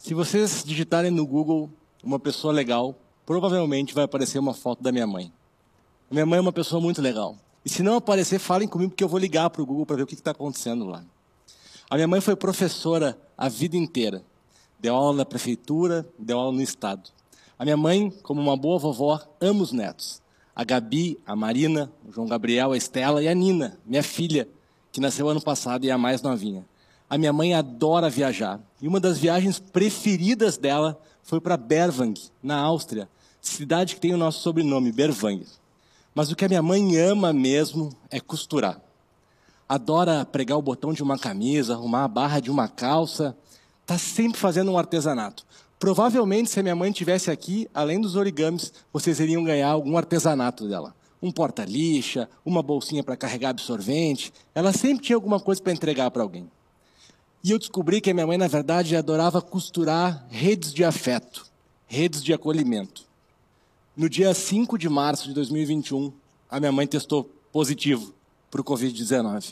Se vocês digitarem no Google uma pessoa legal, provavelmente vai aparecer uma foto da minha mãe. Minha mãe é uma pessoa muito legal. E se não aparecer, falem comigo, porque eu vou ligar para o Google para ver o que está acontecendo lá. A minha mãe foi professora a vida inteira. Deu aula na prefeitura, deu aula no estado. A minha mãe, como uma boa vovó, ama os netos. A Gabi, a Marina, o João Gabriel, a Estela e a Nina, minha filha, que nasceu ano passado e é a mais novinha. A minha mãe adora viajar. E uma das viagens preferidas dela foi para Berwang, na Áustria, cidade que tem o nosso sobrenome, Berwang. Mas o que a minha mãe ama mesmo é costurar. Adora pregar o botão de uma camisa, arrumar a barra de uma calça. Está sempre fazendo um artesanato. Provavelmente, se a minha mãe estivesse aqui, além dos origamis, vocês iriam ganhar algum artesanato dela. Um porta-lixa, uma bolsinha para carregar absorvente. Ela sempre tinha alguma coisa para entregar para alguém. E eu descobri que a minha mãe, na verdade, adorava costurar redes de afeto, redes de acolhimento. No dia 5 de março de 2021, a minha mãe testou positivo para o Covid-19.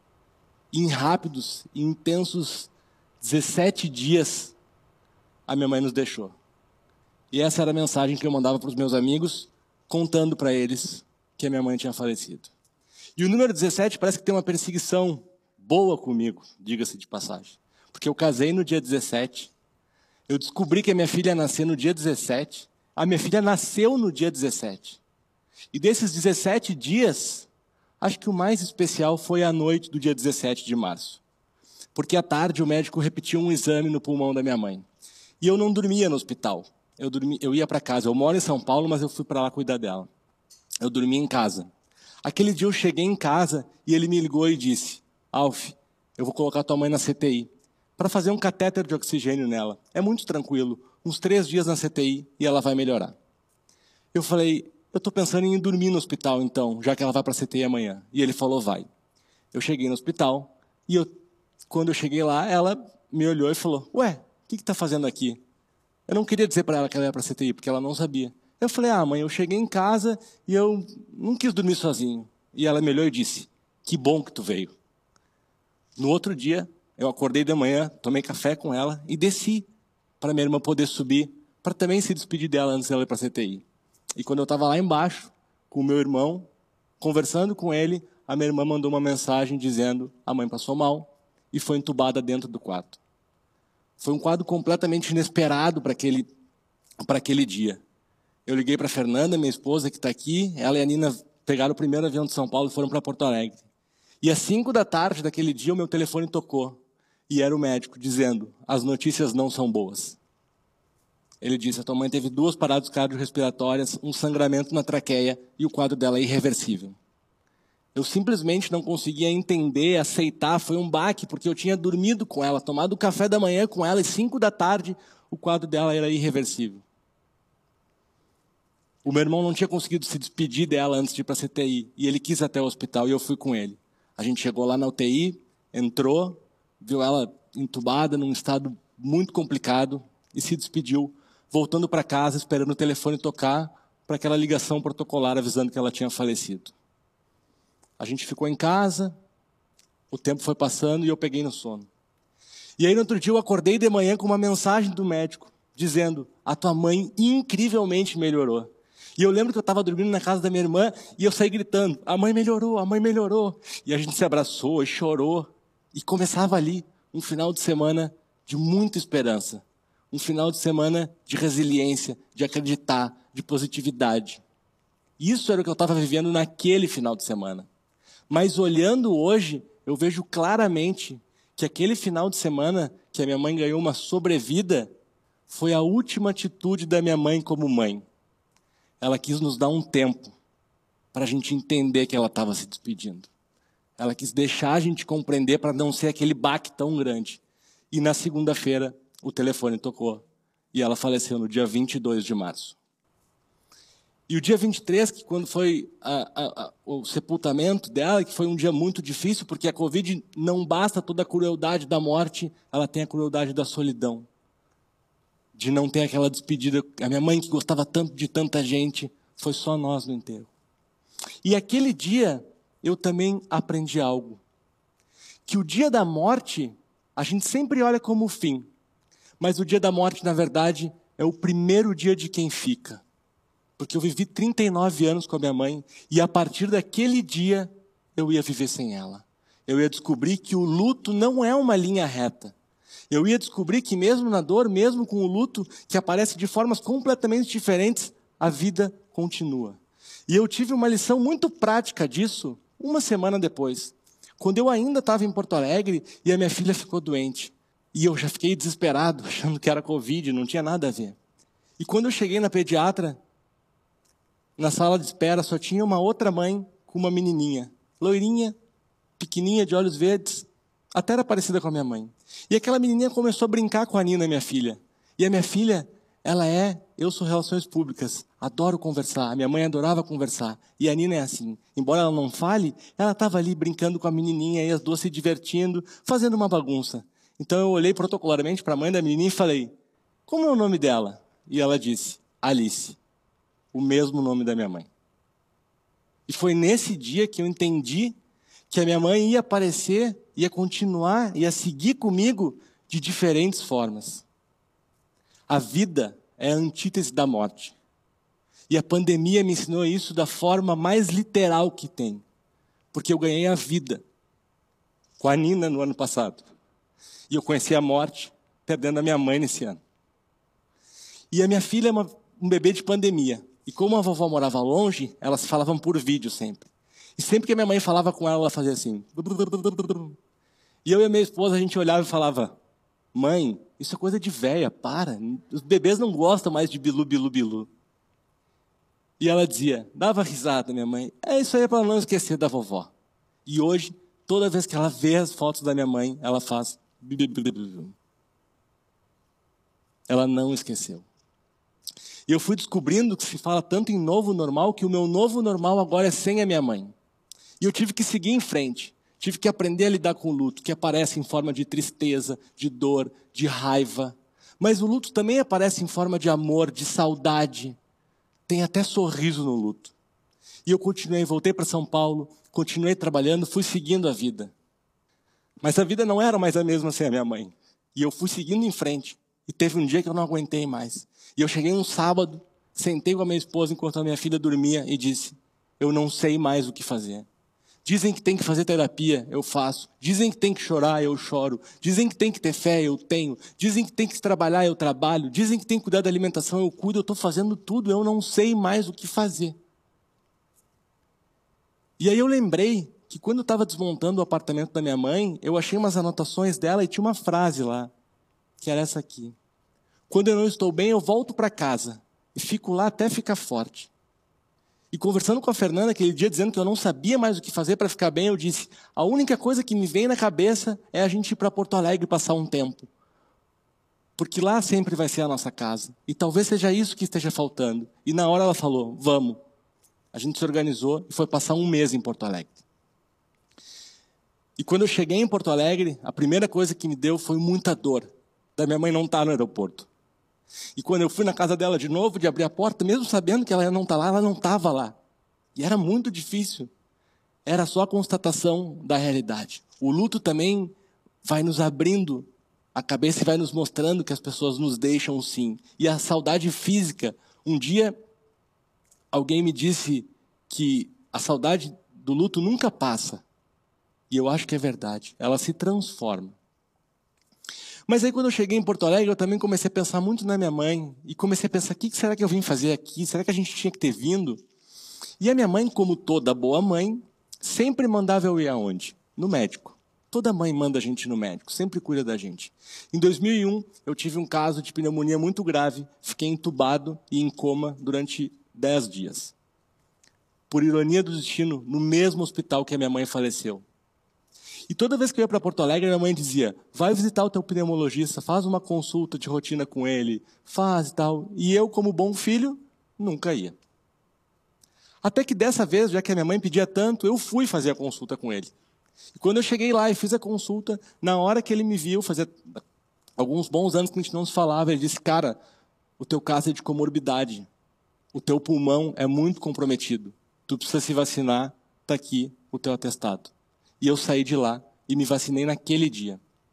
Em rápidos e intensos 17 dias, a minha mãe nos deixou. E essa era a mensagem que eu mandava para os meus amigos, contando para eles que a minha mãe tinha falecido. E o número 17 parece que tem uma perseguição boa comigo, diga-se de passagem. Porque eu casei no dia 17, eu descobri que a minha filha ia nascer no dia 17, a minha filha nasceu no dia 17. E desses 17 dias, acho que o mais especial foi a noite do dia 17 de março. Porque à tarde o médico repetiu um exame no pulmão da minha mãe. E eu não dormia no hospital. Eu ia para casa. Eu moro em São Paulo, mas eu fui para lá cuidar dela. Eu dormia em casa. Aquele dia eu cheguei em casa e ele me ligou e disse: Alf, eu vou colocar tua mãe na CTI para fazer um catéter de oxigênio nela. É muito tranquilo. Uns 3 dias na CTI e ela vai melhorar. Eu falei: eu estou pensando em ir dormir no hospital então, já que ela vai para a CTI amanhã. E ele falou: vai. Eu cheguei no hospital e quando eu cheguei lá, ela me olhou e falou: ué, o que está fazendo aqui? Eu não queria dizer para ela que ela ia para a CTI, porque ela não sabia. Eu falei: mãe, eu cheguei em casa e eu não quis dormir sozinho. E ela me olhou e disse: que bom que tu veio. No outro dia, eu acordei de manhã, tomei café com ela e desci para minha irmã poder subir, para também se despedir dela antes dela ir para a CTI. E quando eu estava lá embaixo, com o meu irmão, conversando com ele, a minha irmã mandou uma mensagem dizendo: a mãe passou mal e foi entubada dentro do quarto. Foi um quadro completamente inesperado para aquele dia. Eu liguei para a Fernanda, minha esposa, que está aqui. Ela e a Nina pegaram o primeiro avião de São Paulo e foram para Porto Alegre. E às 5 da tarde daquele dia, o meu telefone tocou. E era o médico dizendo: as notícias não são boas. Ele disse: a tua mãe teve 2 paradas cardiorrespiratórias, um sangramento na traqueia e o quadro dela é irreversível. Eu simplesmente não conseguia entender, aceitar. Foi um baque, porque eu tinha dormido com ela, tomado café da manhã com ela, e 5 da tarde o quadro dela era irreversível. O meu irmão não tinha conseguido se despedir dela antes de ir para a CTI, e ele quis ir até o hospital, e eu fui com ele. A gente chegou lá na UTI, entrou, viu ela entubada, num estado muito complicado, e se despediu, voltando para casa, esperando o telefone tocar, para aquela ligação protocolar avisando que ela tinha falecido. A gente ficou em casa, o tempo foi passando e eu peguei no sono. E aí no outro dia eu acordei de manhã com uma mensagem do médico, dizendo: a tua mãe incrivelmente melhorou. E eu lembro que eu estava dormindo na casa da minha irmã e eu saí gritando: a mãe melhorou, a mãe melhorou. E a gente se abraçou e chorou. E começava ali um final de semana de muita esperança. Um final de semana de resiliência, de acreditar, de positividade. Isso era o que eu estava vivendo naquele final de semana. Mas olhando hoje, eu vejo claramente que aquele final de semana que a minha mãe ganhou uma sobrevida foi a última atitude da minha mãe como mãe. Ela quis nos dar um tempo para a gente entender que ela estava se despedindo. Ela quis deixar a gente compreender para não ser aquele baque tão grande. E na segunda-feira o telefone tocou e ela faleceu no dia 22 de março. E o dia 23, que quando foi o sepultamento dela, que foi um dia muito difícil, porque a Covid não basta toda a crueldade da morte, ela tem a crueldade da solidão. De não ter aquela despedida. A minha mãe, que gostava tanto de tanta gente, foi só nós no enterro. E aquele dia, eu também aprendi algo. Que o dia da morte, a gente sempre olha como o fim. Mas o dia da morte, na verdade, é o primeiro dia de quem fica. Porque eu vivi 39 anos com a minha mãe e a partir daquele dia eu ia viver sem ela. Eu ia descobrir que o luto não é uma linha reta. Eu ia descobrir que mesmo na dor, mesmo com o luto, que aparece de formas completamente diferentes, a vida continua. E eu tive uma lição muito prática disso uma semana depois. Quando eu ainda estava em Porto Alegre e a minha filha ficou doente. E eu já fiquei desesperado, achando que era Covid, não tinha nada a ver. E quando eu cheguei na pediatra, na sala de espera só tinha uma outra mãe com uma menininha, loirinha, pequenininha, de olhos verdes, até era parecida com a minha mãe. E aquela menininha começou a brincar com a Nina, minha filha. E a minha filha, eu sou relações públicas, adoro conversar, a minha mãe adorava conversar. E a Nina é assim, embora ela não fale, ela estava ali brincando com a menininha, e as duas se divertindo, fazendo uma bagunça. Então eu olhei protocolarmente para a mãe da menininha e falei, como é o nome dela? E ela disse, Alice, o mesmo nome da minha mãe. E foi nesse dia que eu entendi que a minha mãe ia aparecer, ia continuar, ia seguir comigo de diferentes formas. A vida é a antítese da morte. E a pandemia me ensinou isso da forma mais literal que tem. Porque eu ganhei a vida com a Nina no ano passado. E eu conheci a morte perdendo a minha mãe nesse ano. E a minha filha é um bebê de pandemia. E como a vovó morava longe, elas falavam por vídeo sempre. E sempre que a minha mãe falava com ela fazia assim. E eu e a minha esposa, a gente olhava e falava, mãe, isso é coisa de véia, para. Os bebês não gostam mais de bilu, bilu, bilu. E ela dizia, dava risada, minha mãe, isso aí é para não esquecer da vovó. E hoje, toda vez que ela vê as fotos da minha mãe, ela faz... Ela não esqueceu. E eu fui descobrindo que se fala tanto em novo normal, que o meu novo normal agora é sem a minha mãe. E eu tive que seguir em frente. Tive que aprender a lidar com o luto, que aparece em forma de tristeza, de dor, de raiva. Mas o luto também aparece em forma de amor, de saudade. Tem até sorriso no luto. E eu continuei, voltei para São Paulo, continuei trabalhando, fui seguindo a vida. Mas a vida não era mais a mesma sem a minha mãe. E eu fui seguindo em frente. E teve um dia que eu não aguentei mais. E eu cheguei um sábado, sentei com a minha esposa enquanto a minha filha dormia e disse, eu não sei mais o que fazer. Dizem que tem que fazer terapia, eu faço. Dizem que tem que chorar, eu choro. Dizem que tem que ter fé, eu tenho. Dizem que tem que trabalhar, eu trabalho. Dizem que tem que cuidar da alimentação, eu cuido. Eu estou fazendo tudo, eu não sei mais o que fazer. E aí eu lembrei que quando eu estava desmontando o apartamento da minha mãe, eu achei umas anotações dela e tinha uma frase lá, que era essa aqui. Quando eu não estou bem, eu volto para casa e fico lá até ficar forte. E conversando com a Fernanda aquele dia, dizendo que eu não sabia mais o que fazer para ficar bem, eu disse, a única coisa que me vem na cabeça é a gente ir para Porto Alegre passar um tempo. Porque lá sempre vai ser a nossa casa. E talvez seja isso que esteja faltando. E na hora ela falou, vamos. A gente se organizou e foi passar um mês em Porto Alegre. E quando eu cheguei em Porto Alegre, a primeira coisa que me deu foi muita dor. Da minha mãe não estar no aeroporto. E quando eu fui na casa dela de novo, de abrir a porta, mesmo sabendo que ela não está lá, ela não estava lá. E era muito difícil. Era só a constatação da realidade. O luto também vai nos abrindo a cabeça e vai nos mostrando que as pessoas nos deixam sim. E a saudade física. Um dia, alguém me disse que a saudade do luto nunca passa. E eu acho que é verdade. Ela se transforma. Mas aí quando eu cheguei em Porto Alegre, eu também comecei a pensar muito na minha mãe. E comecei a pensar, o que será que eu vim fazer aqui? Será que a gente tinha que ter vindo? E a minha mãe, como toda boa mãe, sempre mandava eu ir aonde? No médico. Toda mãe manda a gente no médico, sempre cuida da gente. Em 2001, eu tive um caso de pneumonia muito grave, fiquei entubado e em coma durante 10 dias. Por ironia do destino, no mesmo hospital que a minha mãe faleceu. E toda vez que eu ia para Porto Alegre, minha mãe dizia, vai visitar o teu pneumologista, faz uma consulta de rotina com ele, faz e tal. E eu, como bom filho, nunca ia. Até que dessa vez, já que a minha mãe pedia tanto, eu fui fazer a consulta com ele. E quando eu cheguei lá e fiz a consulta, na hora que ele me viu, fazia alguns bons anos que a gente não se falava, ele disse, cara, o teu caso é de comorbidade. O teu pulmão é muito comprometido. Tu precisa se vacinar, está aqui o teu atestado. E eu saí de lá e me vacinei naquele dia.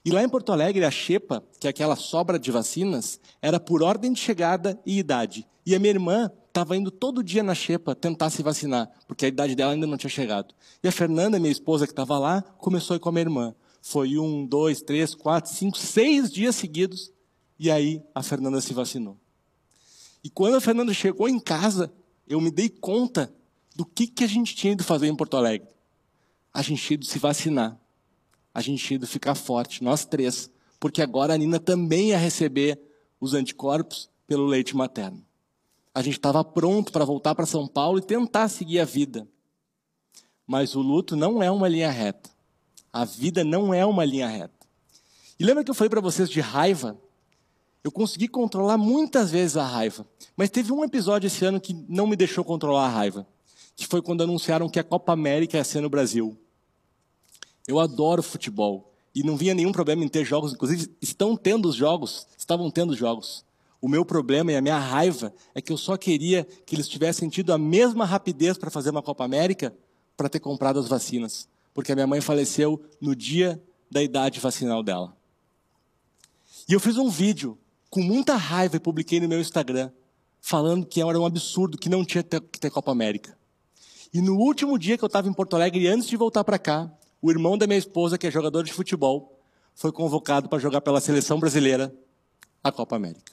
E lá em Porto Alegre, a xepa, que é aquela sobra de vacinas, era por ordem de chegada e idade. E a minha irmã estava indo todo dia na xepa tentar se vacinar, porque a idade dela ainda não tinha chegado. E a Fernanda, minha esposa que estava lá, começou a ir com a minha irmã. Foi 1, 2, 3, 4, 5, 6 dias seguidos, e aí a Fernanda se vacinou. E quando a Fernanda chegou em casa, eu me dei conta do que a gente tinha ido fazer em Porto Alegre. A gente tinha ido se vacinar. A gente tinha ido ficar forte, nós 3. Porque agora a Nina também ia receber os anticorpos pelo leite materno. A gente estava pronto para voltar para São Paulo e tentar seguir a vida. Mas o luto não é uma linha reta. A vida não é uma linha reta. E lembra que eu falei para vocês de raiva? Eu consegui controlar muitas vezes a raiva. Mas teve um episódio esse ano que não me deixou controlar a raiva. Que foi quando anunciaram que a Copa América ia ser no Brasil. Eu adoro futebol. E não vinha nenhum problema em ter jogos. Inclusive, estavam tendo jogos. O meu problema e a minha raiva é que eu só queria que eles tivessem tido a mesma rapidez para fazer uma Copa América para ter comprado as vacinas. Porque a minha mãe faleceu no dia da idade vacinal dela. E eu fiz um vídeo com muita raiva e publiquei no meu Instagram, falando que era um absurdo, que não tinha que ter Copa América. E no último dia que eu estava em Porto Alegre, antes de voltar para cá, o irmão da minha esposa, que é jogador de futebol, foi convocado para jogar pela seleção brasileira a Copa América.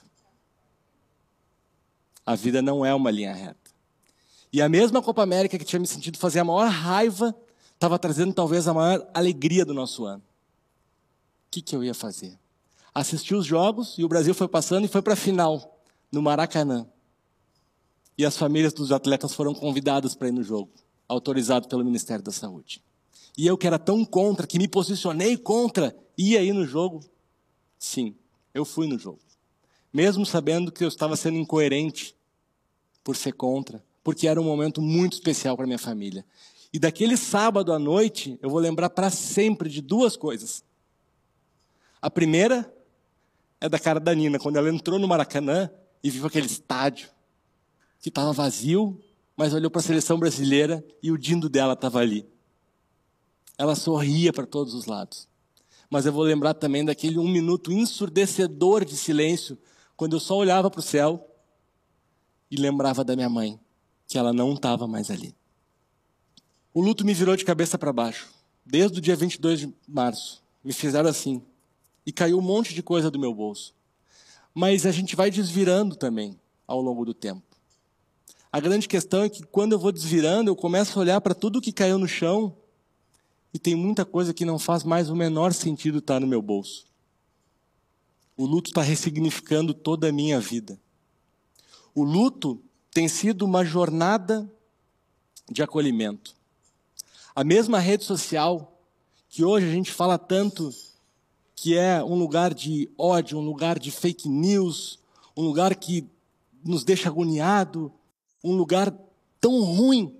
A vida não é uma linha reta. E a mesma Copa América que tinha me sentido fazer a maior raiva, estava trazendo talvez a maior alegria do nosso ano. O que eu ia fazer? Assisti os jogos e o Brasil foi passando e foi para a final, no Maracanã. E as famílias dos atletas foram convidadas para ir no jogo, autorizado pelo Ministério da Saúde. E eu que era tão contra, que me posicionei contra, ia ir no jogo? Sim, eu fui no jogo. Mesmo sabendo que eu estava sendo incoerente por ser contra, porque era um momento muito especial para minha família. E daquele sábado à noite, eu vou lembrar para sempre de 2 coisas. A primeira é da cara da Nina, quando ela entrou no Maracanã e viu aquele estádio que estava vazio, mas olhou para a seleção brasileira e o dindo dela estava ali. Ela sorria para todos os lados. Mas eu vou lembrar também daquele 1 minuto ensurdecedor de silêncio, quando eu só olhava para o céu e lembrava da minha mãe, que ela não estava mais ali. O luto me virou de cabeça para baixo. Desde o dia 22 de março. Me fizeram assim. E caiu um monte de coisa do meu bolso. Mas a gente vai desvirando também ao longo do tempo. A grande questão é que quando eu vou desvirando, eu começo a olhar para tudo que caiu no chão e tem muita coisa que não faz mais o menor sentido estar no meu bolso. O luto está ressignificando toda a minha vida. O luto tem sido uma jornada de acolhimento. A mesma rede social que hoje a gente fala tanto que é um lugar de ódio, um lugar de fake news, um lugar que nos deixa agoniado, um lugar tão ruim,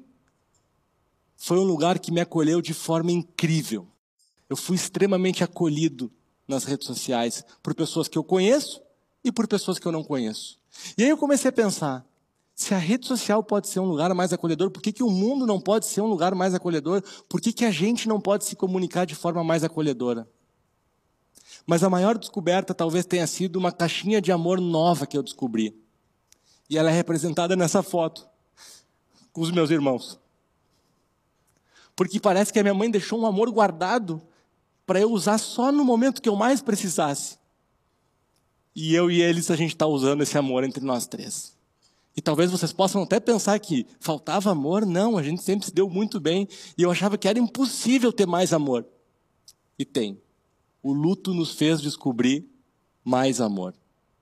foi um lugar que me acolheu de forma incrível. Eu fui extremamente acolhido nas redes sociais por pessoas que eu conheço e por pessoas que eu não conheço. E aí eu comecei a pensar, se a rede social pode ser um lugar mais acolhedor, por que o mundo não pode ser um lugar mais acolhedor? Por que a gente não pode se comunicar de forma mais acolhedora? Mas a maior descoberta talvez tenha sido uma caixinha de amor nova que eu descobri. E ela é representada nessa foto, com os meus irmãos. Porque parece que a minha mãe deixou um amor guardado para eu usar só no momento que eu mais precisasse. E eu e eles, a gente está usando esse amor entre nós 3. E talvez vocês possam até pensar que faltava amor. Não, a gente sempre se deu muito bem. E eu achava que era impossível ter mais amor. E tem. O luto nos fez descobrir mais amor.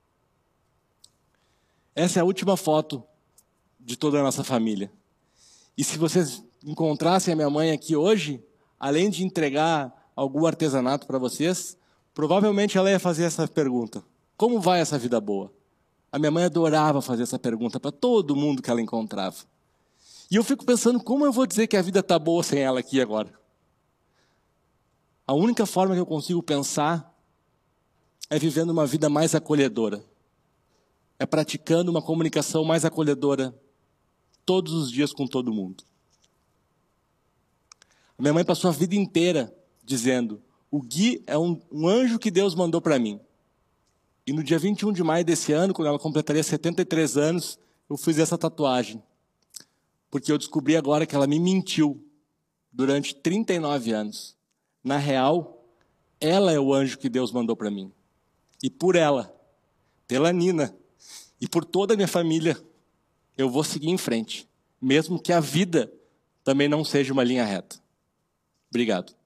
Essa é a última foto de toda a nossa família. E se vocês encontrassem a minha mãe aqui hoje, além de entregar algum artesanato para vocês, provavelmente ela ia fazer essa pergunta. Como vai essa vida boa? A minha mãe adorava fazer essa pergunta para todo mundo que ela encontrava. E eu fico pensando, como eu vou dizer que a vida está boa sem ela aqui agora? A única forma que eu consigo pensar é vivendo uma vida mais acolhedora. É praticando uma comunicação mais acolhedora todos os dias com todo mundo. A minha mãe passou a vida inteira dizendo, O Gui é um anjo que Deus mandou para mim. E no dia 21 de maio desse ano, quando ela completaria 73 anos, eu fiz essa tatuagem. Porque eu descobri agora que ela me mentiu durante 39 anos. Na real, ela é o anjo que Deus mandou para mim. E por ela, pela Nina e por toda a minha família, eu vou seguir em frente. Mesmo que a vida também não seja uma linha reta. Obrigado.